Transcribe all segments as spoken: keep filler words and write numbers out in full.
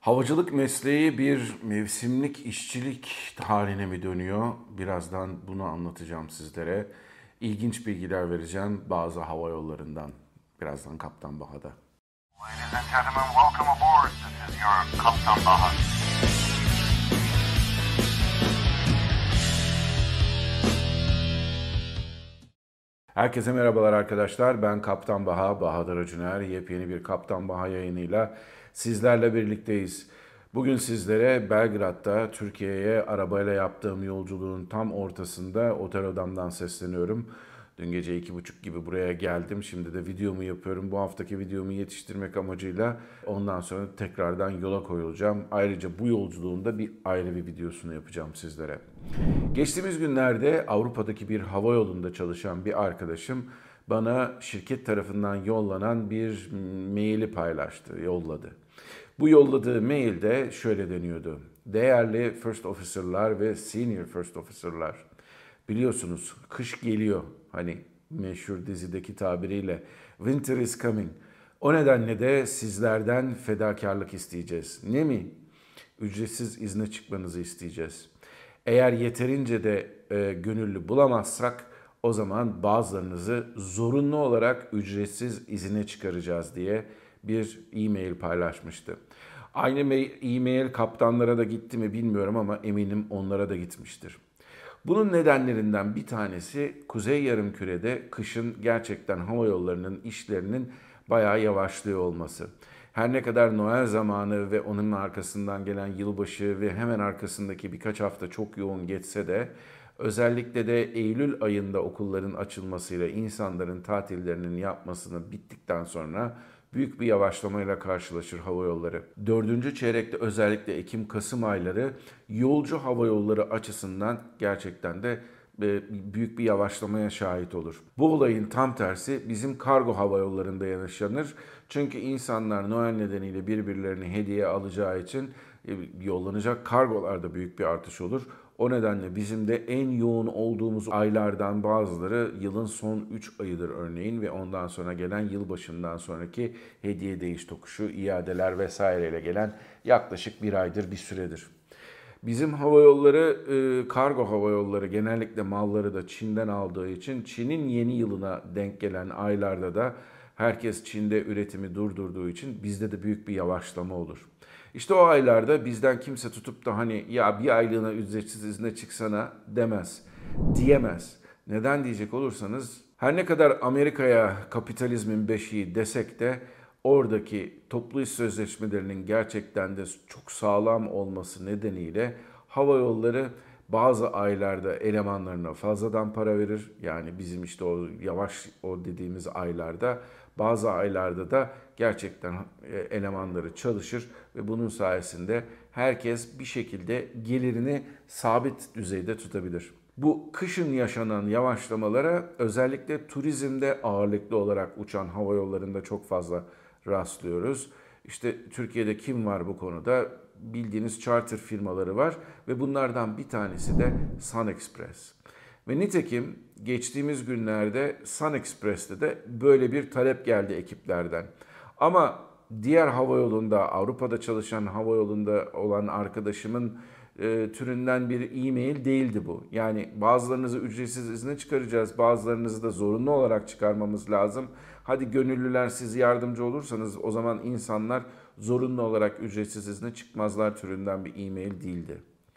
Havacılık mesleği bir mevsimlik işçilik haline mi dönüyor? Birazdan bunu anlatacağım sizlere. İlginç bilgiler vereceğim bazı hava yollarından. Birazdan Kaptan Baha'da. Ladies and gentlemen, welcome aboard. This is your Kaptan Baha. Herkese merhabalar arkadaşlar. Ben Kaptan Baha, Bahadır Acuner. Yepyeni bir Kaptan Baha yayınıyla sizlerle birlikteyiz. Bugün sizlere Belgrad'da Türkiye'ye arabayla yaptığım yolculuğun tam ortasında otel odamdan sesleniyorum. Dün gece iki buçuk gibi buraya geldim. Şimdi de videomu yapıyorum. Bu haftaki videomu yetiştirmek amacıyla ondan sonra tekrardan yola koyulacağım. Ayrıca bu yolculuğunda bir ayrı bir videosunu yapacağım sizlere. Geçtiğimiz günlerde Avrupa'daki bir hava yolunda çalışan bir arkadaşım bana şirket tarafından yollanan bir maili paylaştı, yolladı. Bu yolladığı mailde şöyle deniyordu. Değerli First Officer'lar ve Senior First Officer'lar, biliyorsunuz kış geliyor. Hani meşhur dizideki tabiriyle Winter is coming. O nedenle de sizlerden fedakarlık isteyeceğiz. Ne mi? Ücretsiz izne çıkmanızı isteyeceğiz. Eğer yeterince de e, gönüllü bulamazsak o zaman bazılarınızı zorunlu olarak ücretsiz izine çıkaracağız diye bir e-mail paylaşmıştı. Aynı e-mail kaptanlara da gitti mi bilmiyorum ama eminim onlara da gitmiştir. Bunun nedenlerinden bir tanesi Kuzey Yarımküre'de kışın gerçekten hava yollarının işlerinin bayağı yavaşlıyor olması. Her ne kadar Noel zamanı ve onun arkasından gelen yılbaşı ve hemen arkasındaki birkaç hafta çok yoğun geçse de özellikle de Eylül ayında okulların açılmasıyla insanların tatillerinin yapmasını bittikten sonra büyük bir yavaşlamayla karşılaşır hava yolları. Dördüncü çeyrekte özellikle Ekim-Kasım ayları yolcu hava yolları açısından gerçekten de büyük bir yavaşlamaya şahit olur. Bu olayın tam tersi bizim kargo hava yollarında yaşanır. Çünkü insanlar Noel nedeniyle birbirlerini hediye alacağı için yollanacak kargolarda büyük bir artış olur. O nedenle bizim de en yoğun olduğumuz aylardan bazıları yılın son üç ayıdır örneğin ve ondan sonra gelen yılbaşından sonraki hediye değiş tokuşu, iadeler vesaireyle gelen yaklaşık bir aydır bir süredir. Bizim hava yolları, kargo hava yolları genellikle malları da Çin'den aldığı için Çin'in yeni yılına denk gelen aylarda da herkes Çin'de üretimi durdurduğu için bizde de büyük bir yavaşlama olur. İşte o aylarda bizden kimse tutup da hani ya bir aylığına ücretsiz izne çıksana demez, diyemez. Neden diyecek olursanız her ne kadar Amerika'ya kapitalizmin beşiği desek de oradaki toplu iş sözleşmelerinin gerçekten de çok sağlam olması nedeniyle hava yolları bazı aylarda elemanlarına fazladan para verir. Yani bizim işte o yavaş o dediğimiz aylarda bazı aylarda da gerçekten elemanları çalışır ve bunun sayesinde herkes bir şekilde gelirini sabit düzeyde tutabilir. Bu kışın yaşanan yavaşlamalara özellikle turizmde ağırlıklı olarak uçan hava yollarında çok fazla rastlıyoruz. İşte Türkiye'de kim var bu konuda? Bildiğiniz charter firmaları var ve bunlardan bir tanesi de Sun Express. Ve nitekim geçtiğimiz günlerde Sun Express'te de böyle bir talep geldi ekiplerden. Ama diğer havayolunda, Avrupa'da çalışan havayolunda olan arkadaşımın e, türünden bir e-mail değildi bu. Yani bazılarınızı ücretsiz izne çıkaracağız, bazılarınızı da zorunlu olarak çıkarmamız lazım. Hadi gönüllüler siz yardımcı olursanız o zaman insanlar zorunlu olarak ücretsiz izne çıkmazlar türünden bir e-mail değildi.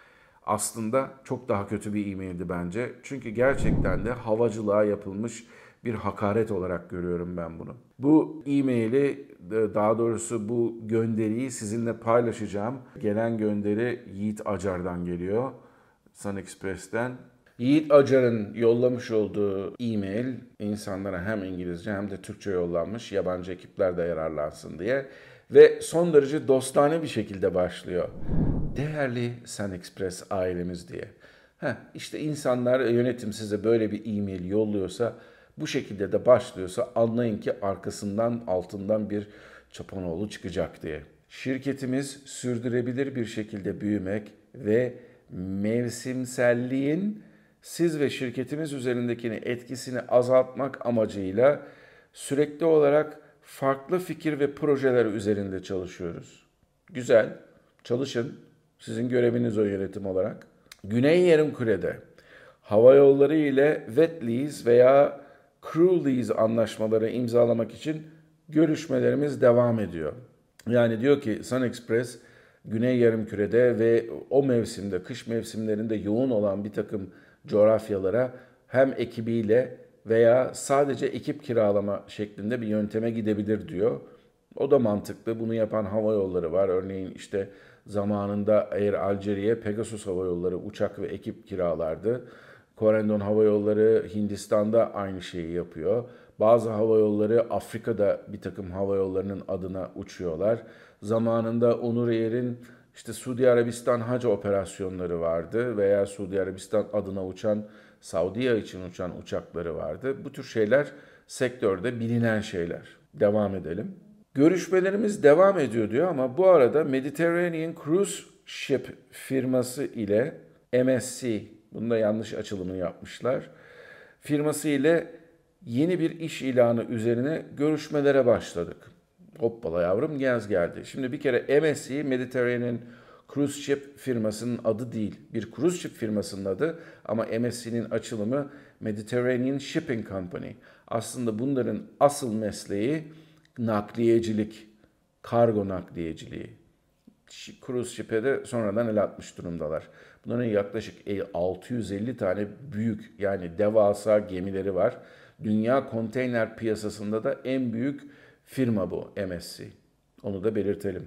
Aslında çok daha kötü bir e-maildi bence. Çünkü gerçekten de havacılığa yapılmış bir hakaret olarak görüyorum ben bunu. Bu e-maili, daha doğrusu bu gönderiyi sizinle paylaşacağım. Gelen gönderi Yiğit Acar'dan geliyor. Sun Express'ten. Yiğit Acar'ın yollamış olduğu e-mail insanlara hem İngilizce hem de Türkçe yollanmış. Yabancı ekipler de yararlansın diye. Ve son derece dostane bir şekilde başlıyor. Değerli Sun Express ailemiz diye. Heh, işte insanlar, yönetim size böyle bir e-mail yolluyorsa, bu şekilde de başlıyorsa anlayın ki arkasından altından bir çapanoğlu çıkacak diye. Şirketimiz sürdürülebilir bir şekilde büyümek ve mevsimselliğin siz ve şirketimiz üzerindekini etkisini azaltmak amacıyla sürekli olarak farklı fikir ve projeler üzerinde çalışıyoruz. Güzel. Çalışın. Sizin göreviniz o yönetim olarak. Güney Yarımküre'de hava yolları ile wet lease veya crew lease anlaşmaları imzalamak için görüşmelerimiz devam ediyor. Yani diyor ki Sun Express Güney Yarımküre'de ve o mevsimde, kış mevsimlerinde yoğun olan bir takım coğrafyalara hem ekibiyle veya sadece ekip kiralama şeklinde bir yönteme gidebilir diyor. O da mantıklı. Bunu yapan hava yolları var. Örneğin işte zamanında Air Algeria, Pegasus Hava Yolları uçak ve ekip kiralardı. Corendon Hava Yolları Hindistan'da aynı şeyi yapıyor. Bazı hava yolları Afrika'da bir takım hava yollarının adına uçuyorlar. Zamanında Onur Air'in işte Suudi Arabistan hac operasyonları vardı veya Suudi Arabistan adına uçan, Saudiya için uçan uçakları vardı. Bu tür şeyler sektörde bilinen şeyler. Devam edelim. Görüşmelerimiz devam ediyor diyor ama bu arada Mediterranean Cruise Ship firması ile M S C, bunda yanlış açılımını yapmışlar, firması ile yeni bir iş ilanı üzerine görüşmelere başladık. Hoppala yavrum gez geldi. Şimdi bir kere M S C Mediterranean Cruise Ship firmasının adı değil. Bir cruise ship firmasının adı ama M S C'nin açılımı Mediterranean Shipping Company. Aslında bunların asıl mesleği nakliyecilik, kargo nakliyeciliği. Cruise ship'e de sonradan el atmış durumdalar. Bunların yaklaşık altı yüz elli tane büyük yani devasa gemileri var. Dünya konteyner piyasasında da en büyük firma bu M S C. Onu da belirtelim.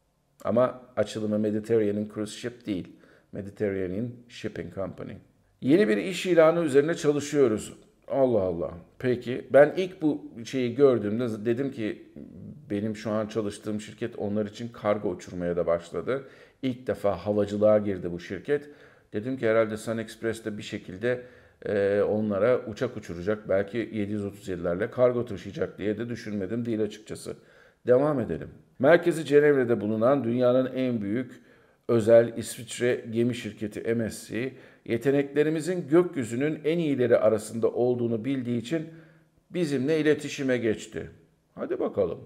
Ama açılımı Mediterranean Cruise Ship değil. Mediterranean Shipping Company. Yeni bir iş ilanı üzerine çalışıyoruz. Allah Allah. Peki ben ilk bu şeyi gördüğümde dedim ki benim şu an çalıştığım şirket onlar için kargo uçurmaya da başladı. İlk defa havacılığa girdi bu şirket. Dedim ki herhalde Sun Express'te bir şekilde e, onlara uçak uçuracak. Belki yedi yüz otuz yedilerle kargo taşıyacak diye de düşünmedim değil açıkçası. Devam edelim. Merkezi Cenevre'de bulunan dünyanın en büyük özel İsviçre gemi şirketi M S C, yeteneklerimizin gökyüzünün en iyileri arasında olduğunu bildiği için bizimle iletişime geçti. Hadi bakalım.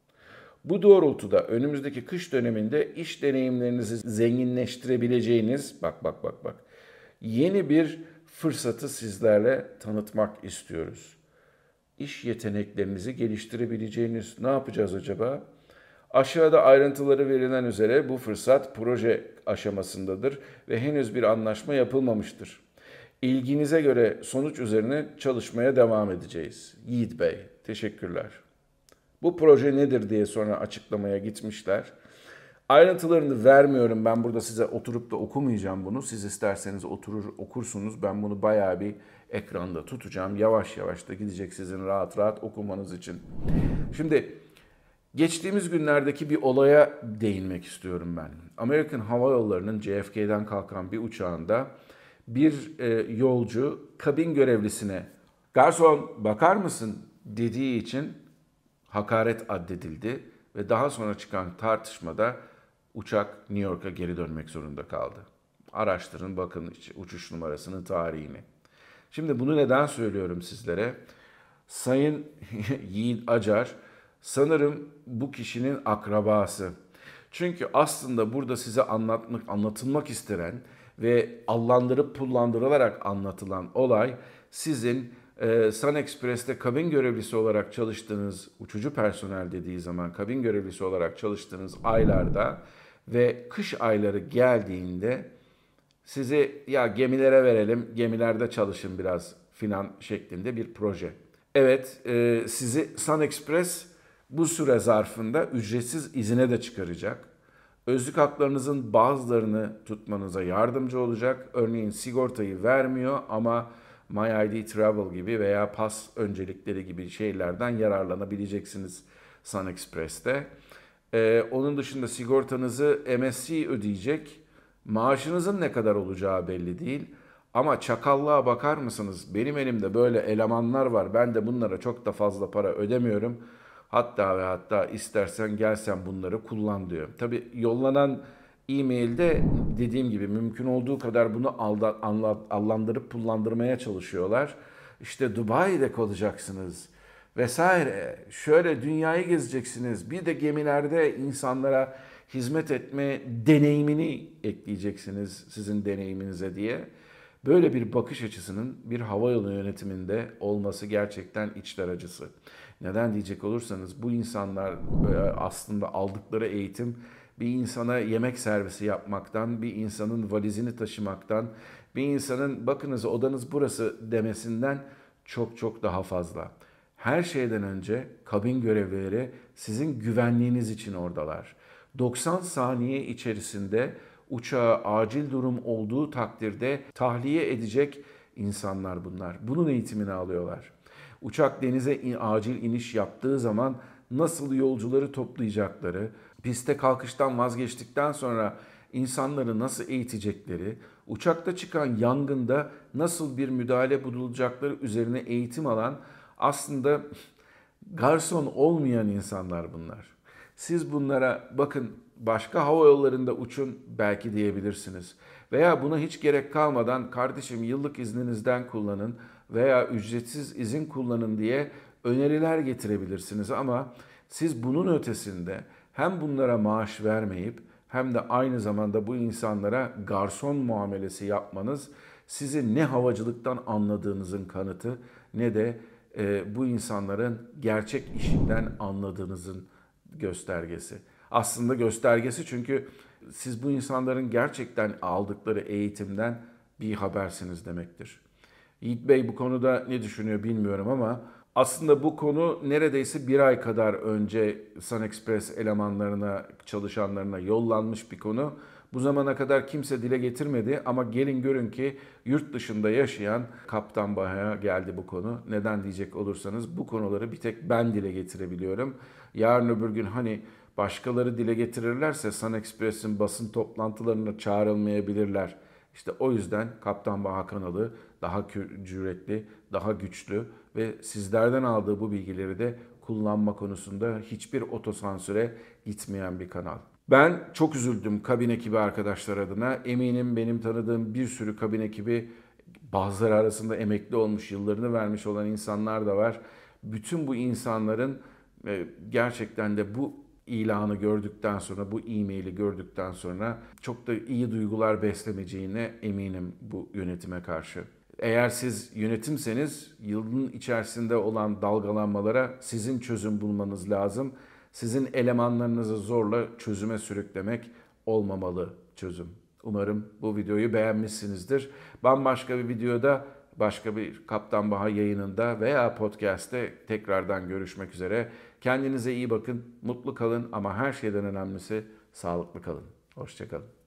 Bu doğrultuda önümüzdeki kış döneminde iş deneyimlerinizi zenginleştirebileceğiniz, bak bak bak bak, yeni bir fırsatı sizlerle tanıtmak istiyoruz. İş yeteneklerinizi geliştirebileceğiniz ne yapacağız acaba? Aşağıda ayrıntıları verilen üzere bu fırsat proje aşamasındadır ve henüz bir anlaşma yapılmamıştır. İlginize göre sonuç üzerine çalışmaya devam edeceğiz. Yiğit Bey, teşekkürler. Bu proje nedir diye sonra açıklamaya gitmişler. Ayrıntılarını vermiyorum. Ben burada size oturup da okumayacağım bunu. Siz isterseniz oturur okursunuz. Ben bunu bayağı bir ekranda tutacağım. Yavaş yavaş da gidecek sizin rahat rahat okumanız için. Şimdi geçtiğimiz günlerdeki bir olaya değinmek istiyorum ben. Amerikan Hava Yolları'nın J F K'den kalkan bir uçağında bir e, yolcu kabin görevlisine "Garson bakar mısın?" dediği için hakaret addedildi ve daha sonra çıkan tartışmada uçak New York'a geri dönmek zorunda kaldı. Araştırın bakın uçuş numarasının tarihini. Şimdi bunu neden söylüyorum sizlere? Sayın Yiğit Acar sanırım bu kişinin akrabası. Çünkü aslında burada size anlatmak, anlatılmak istenen ve allandırıp pullandırılarak anlatılan olay sizin e, Sun Express'te kabin görevlisi olarak çalıştığınız, uçucu personel dediği zaman kabin görevlisi olarak çalıştığınız aylarda ve kış ayları geldiğinde sizi ya gemilere verelim, gemilerde çalışın biraz filan şeklinde bir proje. Evet, e, sizi Sun Express bu süre zarfında ücretsiz izine de çıkaracak. Özlük haklarınızın bazılarını tutmanıza yardımcı olacak. Örneğin sigortayı vermiyor ama My I D Travel gibi veya pas öncelikleri gibi şeylerden yararlanabileceksiniz Sun Express'te. Ee, onun dışında sigortanızı M S C ödeyecek. Maaşınızın ne kadar olacağı belli değil. Ama çakallığa bakar mısınız? Benim elimde böyle elemanlar var. Ben de bunlara çok da fazla para ödemiyorum. Hatta ve hatta istersen gelsen bunları kullan diyor. Tabii yollanan e-mailde dediğim gibi mümkün olduğu kadar bunu alda, anla, allandırıp pullandırmaya çalışıyorlar. İşte Dubai'de kalacaksınız vesaire. Şöyle dünyayı gezeceksiniz. Bir de gemilerde insanlara hizmet etme deneyimini ekleyeceksiniz sizin deneyiminize diye. Böyle bir bakış açısının bir havayolu yönetiminde olması gerçekten içler acısı. Neden diyecek olursanız bu insanlar aslında aldıkları eğitim bir insana yemek servisi yapmaktan, bir insanın valizini taşımaktan, bir insanın bakınız odanız burası demesinden çok çok daha fazla. Her şeyden önce kabin görevlileri sizin güvenliğiniz için oradalar. doksan saniye içerisinde uçağa acil durum olduğu takdirde tahliye edecek insanlar bunlar. Bunun eğitimini alıyorlar. Uçak denize in, acil iniş yaptığı zaman nasıl yolcuları toplayacakları, piste kalkıştan vazgeçtikten sonra insanları nasıl eğitecekleri, uçakta çıkan yangında nasıl bir müdahale bulunacakları üzerine eğitim alan aslında garson olmayan insanlar bunlar. Siz bunlara bakın başka hava yollarında uçun belki diyebilirsiniz. Veya buna hiç gerek kalmadan kardeşim yıllık izninizden kullanın veya ücretsiz izin kullanın diye öneriler getirebilirsiniz. Ama siz bunun ötesinde hem bunlara maaş vermeyip hem de aynı zamanda bu insanlara garson muamelesi yapmanız sizi ne havacılıktan anladığınızın kanıtı ne de e, bu insanların gerçek işinden anladığınızın göstergesi. Aslında göstergesi çünkü siz bu insanların gerçekten aldıkları eğitimden bir habersiniz demektir. Yiğit Bey bu konuda ne düşünüyor bilmiyorum ama aslında bu konu neredeyse bir ay kadar önce SunExpress elemanlarına, çalışanlarına yollanmış bir konu. Bu zamana kadar kimse dile getirmedi ama gelin görün ki yurt dışında yaşayan Kaptan Baha'ya geldi bu konu. Neden diyecek olursanız bu konuları bir tek ben dile getirebiliyorum. Yarın öbür gün hani başkaları dile getirirlerse SunExpress'in basın toplantılarına çağrılmayabilirler. İşte o yüzden Kaptan Baha kanalı daha cüretli, daha güçlü ve sizlerden aldığı bu bilgileri de kullanma konusunda hiçbir otosansüre gitmeyen bir kanal. Ben çok üzüldüm kabin ekibi arkadaşlar adına. Eminim benim tanıdığım bir sürü kabin ekibi bazıları arasında emekli olmuş, yıllarını vermiş olan insanlar da var. Bütün bu insanların gerçekten de bu ilanı gördükten sonra, bu e-maili gördükten sonra çok da iyi duygular beslemeyeceğine eminim bu yönetime karşı. Eğer siz yönetimseniz yılın içerisinde olan dalgalanmalara sizin çözüm bulmanız lazım. Sizin elemanlarınızı zorla çözüme sürüklemek olmamalı çözüm. Umarım bu videoyu beğenmişsinizdir. Bambaşka bir videoda, başka bir Kaptan Baha yayınında veya podcast'te tekrardan görüşmek üzere. Kendinize iyi bakın, mutlu kalın ama her şeyden önemlisi sağlıklı kalın. Hoşça kalın.